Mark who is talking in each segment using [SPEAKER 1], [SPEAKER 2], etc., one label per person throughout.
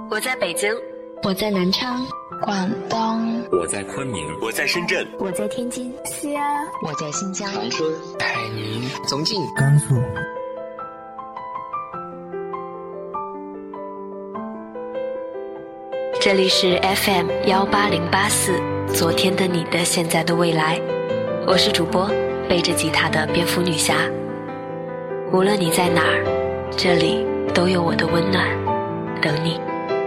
[SPEAKER 1] 我在北京，
[SPEAKER 2] 我在南昌，
[SPEAKER 3] 广东，
[SPEAKER 4] 我在昆明，
[SPEAKER 5] 我在深圳，
[SPEAKER 6] 我在天津，
[SPEAKER 3] 西安，
[SPEAKER 7] 我在新疆，
[SPEAKER 8] 长春，
[SPEAKER 9] 海宁，
[SPEAKER 10] 重庆，
[SPEAKER 11] 甘肃。
[SPEAKER 1] 这里是 FM18084，昨天的你的现在的未来，我是主播背着吉他的蝙蝠女侠。无论你在哪儿，这里都有我的温暖等你。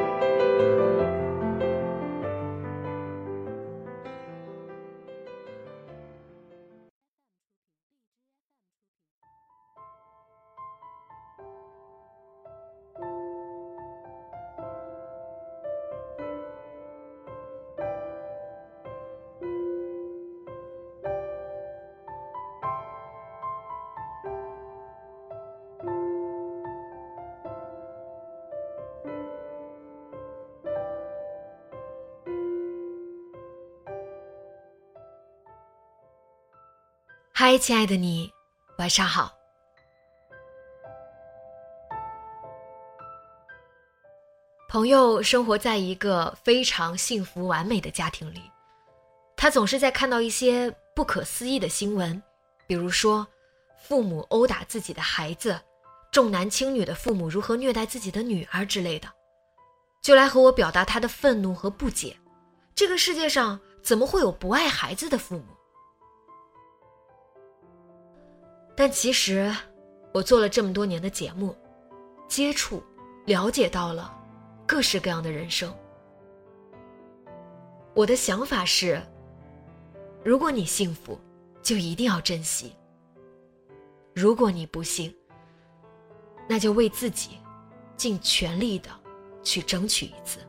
[SPEAKER 1] 嗨，亲爱的你，晚上好。朋友生活在一个非常幸福完美的家庭里，他总是在看到一些不可思议的新闻，比如说父母殴打自己的孩子，重男轻女的父母如何虐待自己的女儿之类的，就来和我表达他的愤怒和不解。这个世界上怎么会有不爱孩子的父母？但其实我做了这么多年的节目，接触了解到了各式各样的人生。我的想法是，如果你幸福，就一定要珍惜；如果你不幸，那就为自己尽全力的去争取一次。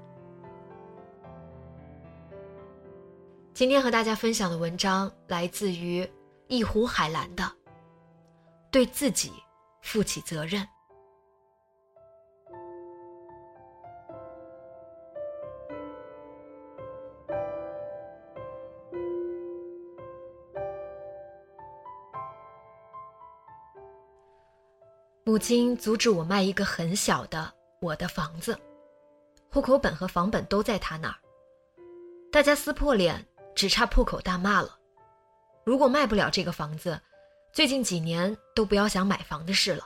[SPEAKER 1] 今天和大家分享的文章来自于一湖海蓝的对自己负起责任。母亲阻止我卖一个很小的我的房子，户口本和房本都在她那儿。大家撕破脸，只差破口大骂了。如果卖不了这个房子，最近几年都不要想买房的事了。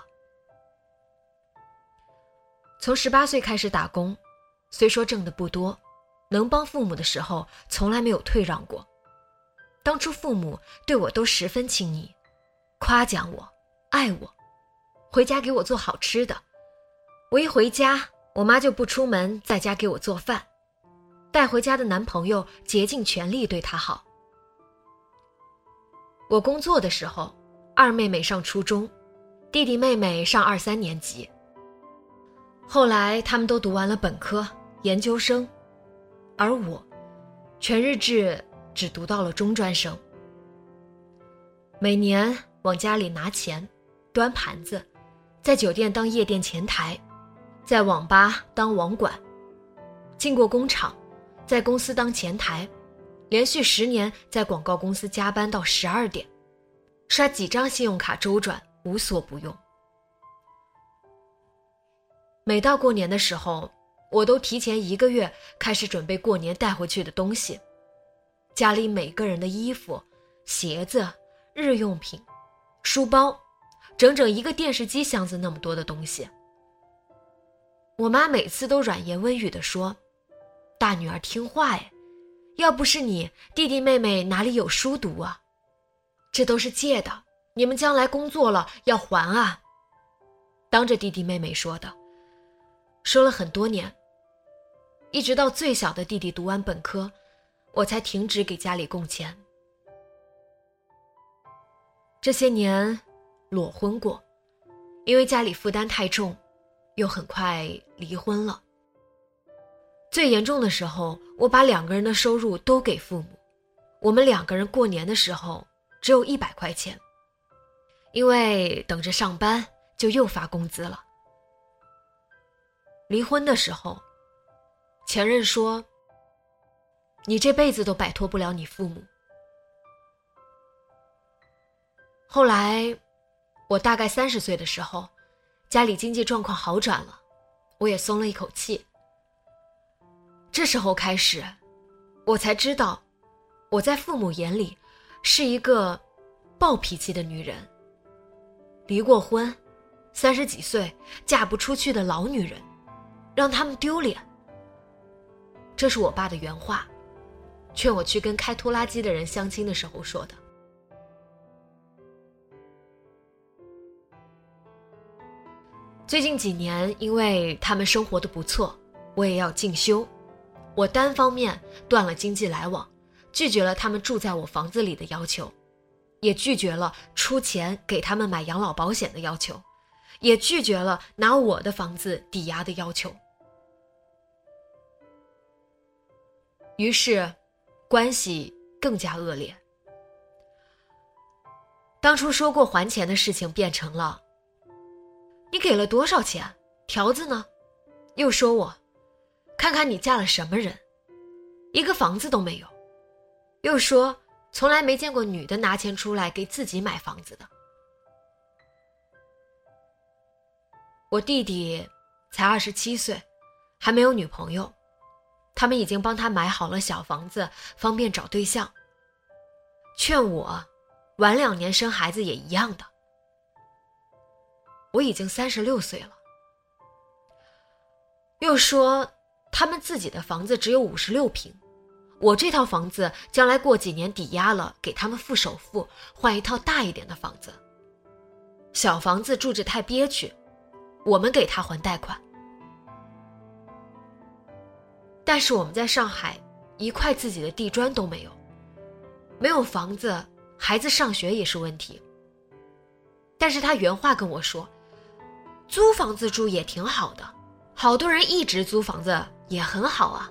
[SPEAKER 1] 从18岁开始打工，虽说挣得不多，能帮父母的时候从来没有退让过。当初父母对我都十分亲昵，夸奖我，爱我，回家给我做好吃的。我一回家，我妈就不出门，在家给我做饭，带回家的男朋友竭尽全力对她好。我工作的时候，二妹妹上初中，弟弟妹妹上2、3年级。后来他们都读完了本科、研究生，而我全日制只读到了中专生。每年往家里拿钱，端盘子，在酒店当夜店前台，在网吧当网管，进过工厂，在公司当前台，连续10年在广告公司加班到12点，刷几张信用卡周转，无所不用。每到过年的时候，我都提前1个月开始准备过年带回去的东西，家里每个人的衣服、鞋子、日用品、书包，整整一个电视机箱子那么多的东西。我妈每次都软言温语地说，大女儿听话哎，要不是你，弟弟妹妹哪里有书读啊？这都是借的，你们将来工作了要还啊。当着弟弟妹妹说的，说了很多年，一直到最小的弟弟读完本科，我才停止给家里供钱。这些年裸婚过，因为家里负担太重，又很快离婚了。最严重的时候，我把2个人的收入都给父母，我们2个人过年的时候只有100块钱，因为等着上班就又发工资了。离婚的时候，前任说，你这辈子都摆脱不了你父母。后来我大概30岁的时候，家里经济状况好转了，我也松了一口气。 这时候开始，我才知道，我在父母眼里是一个暴脾气的女人，离过婚，30几岁嫁不出去的老女人，让他们丢脸。这是我爸的原话，劝我去跟开拖拉机的人相亲的时候说的。最近几年，因为他们生活的不错，我也要进修，我单方面断了经济来往，拒绝了他们住在我房子里的要求，也拒绝了出钱给他们买养老保险的要求，也拒绝了拿我的房子抵押的要求。于是关系更加恶劣。当初说过还钱的事情变成了，你给了多少钱？条子呢？又说我，看看你嫁了什么人，一个房子都没有。又说从来没见过女的拿钱出来给自己买房子的。我弟弟才27岁，还没有女朋友，他们已经帮他买好了小房子，方便找对象。劝我晚2年生孩子也一样的。我已经36岁了。又说他们自己的房子只有56平，我这套房子将来过几年抵押了，给他们付首付，换一套大一点的房子。小房子住着太憋屈，我们给他还贷款。但是我们在上海一块自己的地砖都没有，没有房子，孩子上学也是问题。但是他原话跟我说，租房子住也挺好的，好多人一直租房子也很好啊。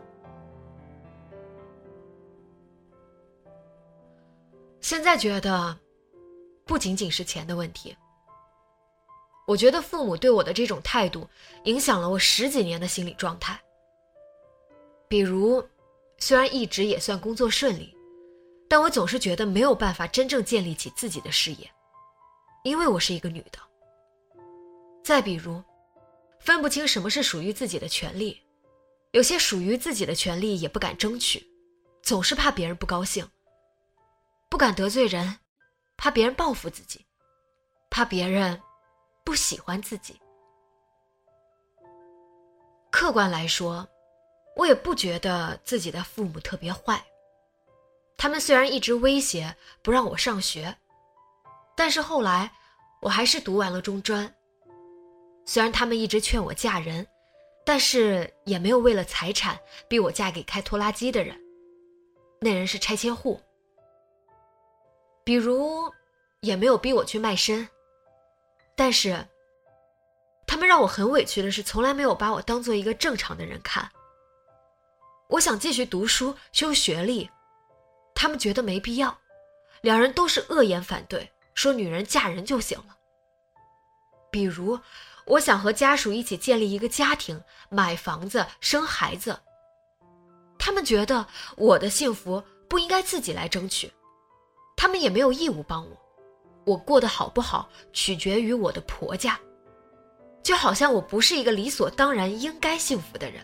[SPEAKER 1] 现在觉得不仅仅是钱的问题，我觉得父母对我的这种态度影响了我10几年的心理状态。比如虽然一直也算工作顺利，但我总是觉得没有办法真正建立起自己的事业，因为我是一个女的。再比如分不清什么是属于自己的权利，有些属于自己的权利也不敢争取，总是怕别人不高兴，不敢得罪人，怕别人报复自己，怕别人不喜欢自己。客观来说，我也不觉得自己的父母特别坏，他们虽然一直威胁不让我上学，但是后来我还是读完了中专。虽然他们一直劝我嫁人，但是也没有为了财产逼我嫁给开拖拉机的人，那人是拆迁户。比如也没有逼我去卖身，但是他们让我很委屈的是，从来没有把我当做一个正常的人看。我想继续读书修学历，他们觉得没必要，两人都是恶言反对，说女人嫁人就行了。比如我想和家属一起建立一个家庭，买房子生孩子，他们觉得我的幸福不应该自己来争取，他们也没有义务帮我，我过得好不好取决于我的婆家，就好像我不是一个理所当然应该幸福的人。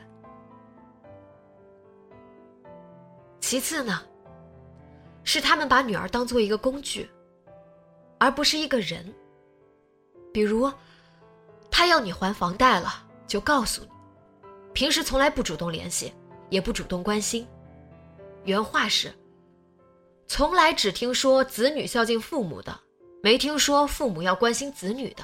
[SPEAKER 1] 其次呢，是他们把女儿当作一个工具，而不是一个人。比如他要你还房贷了，就告诉你，平时从来不主动联系，也不主动关心。原话是，从来只听说子女孝敬父母的，没听说父母要关心子女的。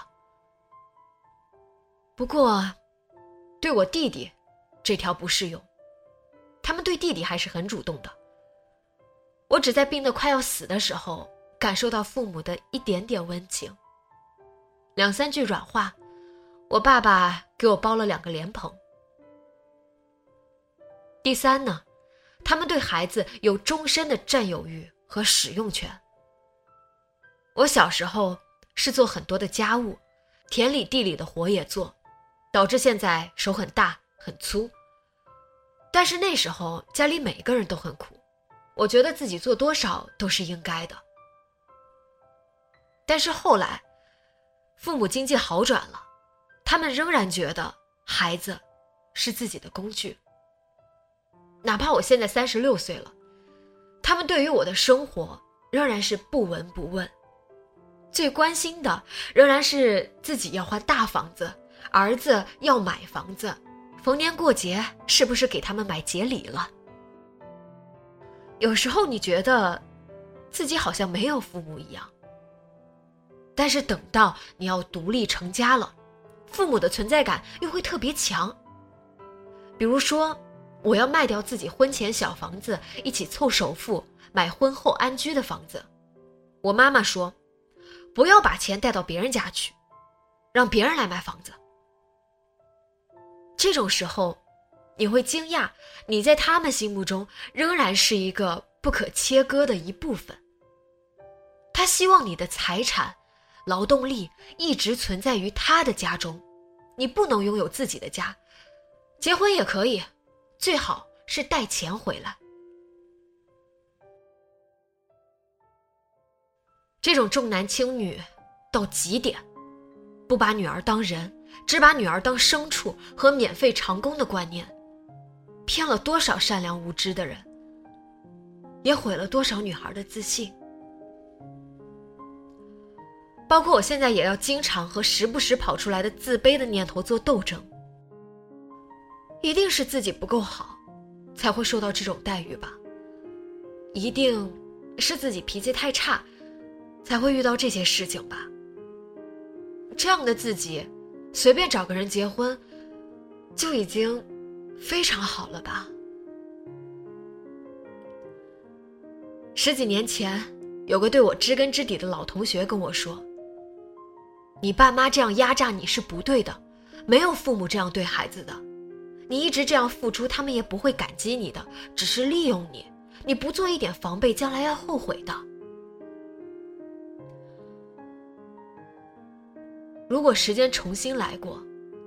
[SPEAKER 1] 不过对我弟弟这条不适用，他们对弟弟还是很主动的。我只在病得快要死的时候感受到父母的一点点温情，2、3句软话，我爸爸给我包了2个莲蓬。第三呢，他们对孩子有终身的占有欲和使用权。我小时候是做很多的家务，田里地里的活也做，导致现在手很大很粗。但是那时候家里每个人都很苦，我觉得自己做多少都是应该的。但是后来父母经济好转了，他们仍然觉得孩子是自己的工具。 哪怕我现在36岁了，他们对于我的生活仍然是不闻不问，最关心的仍然是自己要换大房子，儿子要买房子，逢年过节是不是给他们买节礼了。有时候你觉得自己好像没有父母一样，但是等到你要独立成家了，父母的存在感又会特别强。比如说，我要卖掉自己婚前小房子，一起凑首付买婚后安居的房子，我妈妈说不要把钱带到别人家去，让别人来买房子。这种时候你会惊讶，你在他们心目中仍然是一个不可切割的一部分。他希望你的财产、劳动力一直存在于他的家中，你不能拥有自己的家。结婚也可以，最好是带钱回来。这种重男轻女到极点，不把女儿当人，只把女儿当牲畜和免费长工的观念，骗了多少善良无知的人，也毁了多少女孩的自信。包括我现在也要经常和时不时跑出来的自卑的念头做斗争。一定是自己不够好，才会受到这种待遇吧？一定是自己脾气太差，才会遇到这些事情吧？这样的自己，随便找个人结婚，就已经非常好了吧？10几年前，有个对我知根知底的老同学跟我说，你爸妈这样压榨你是不对的，没有父母这样对孩子的，你一直这样付出，他们也不会感激你的，只是利用你，你不做一点防备，将来要后悔的。如果时间重新来过，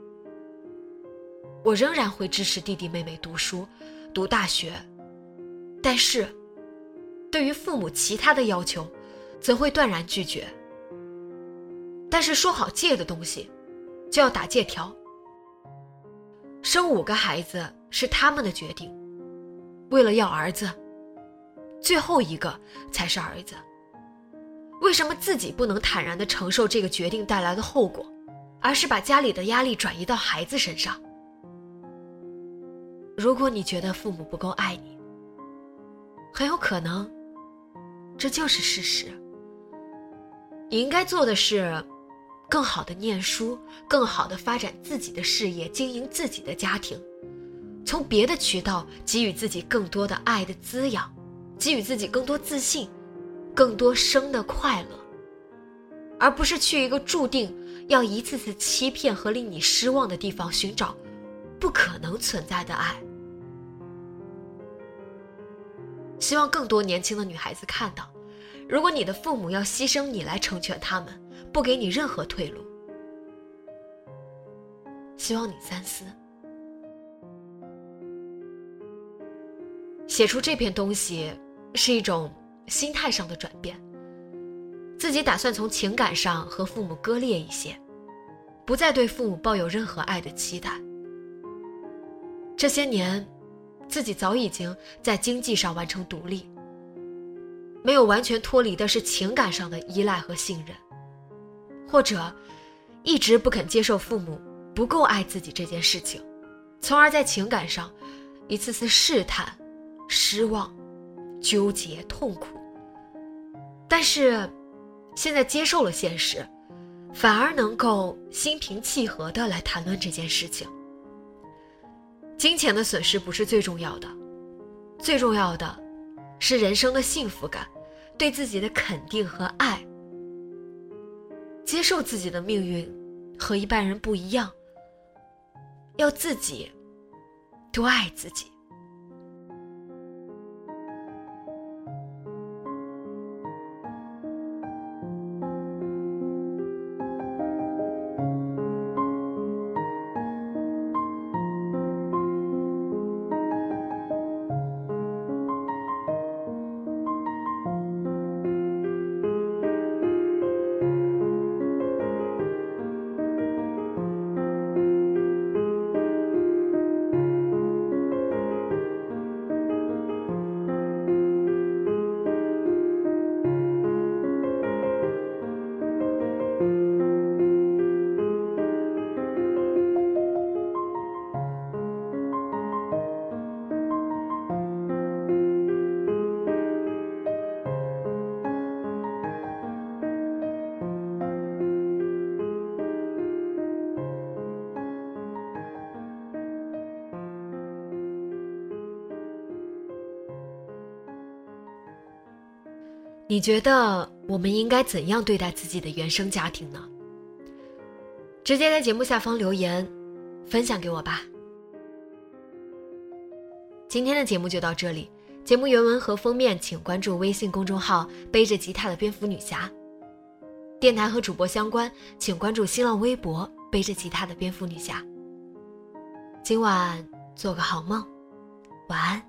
[SPEAKER 1] 我仍然会支持弟弟妹妹读书，读大学，但是对于父母其他的要求，则会断然拒绝。但是说好借的东西，就要打借条。生5个孩子是他们的决定，为了要儿子，最后一个才是儿子。为什么自己不能坦然地承受这个决定带来的后果，而是把家里的压力转移到孩子身上？如果你觉得父母不够爱你，很有可能这就是事实。你应该做的是更好的念书，更好的发展自己的事业，经营自己的家庭，从别的渠道给予自己更多的爱的滋养，给予自己更多自信，更多生的快乐，而不是去一个注定要一次次欺骗和令你失望的地方寻找不可能存在的爱。希望更多年轻的女孩子看到，如果你的父母要牺牲你来成全他们，不给你任何退路，希望你三思。写出这篇东西是一种心态上的转变，自己打算从情感上和父母割裂一些，不再对父母抱有任何爱的期待。这些年自己早已经在经济上完成独立，没有完全脱离的是情感上的依赖和信任，或者一直不肯接受父母不够爱自己这件事情，从而在情感上一次次试探、失望、纠结、痛苦。但是现在接受了现实，反而能够心平气和地来谈论这件事情。金钱的损失不是最重要的，最重要的是人生的幸福感，对自己的肯定和爱。接受自己的命运和一般人不一样，要自己多爱自己。 你觉得我们应该怎样对待自己的原生家庭呢？直接在节目下方留言分享给我吧。今天的节目就到这里，节目原文和封面请关注微信公众号背着吉他的蝙蝠女侠，电台和主播相关请关注新浪微博背着吉他的蝙蝠女侠。今晚做个好梦，晚安。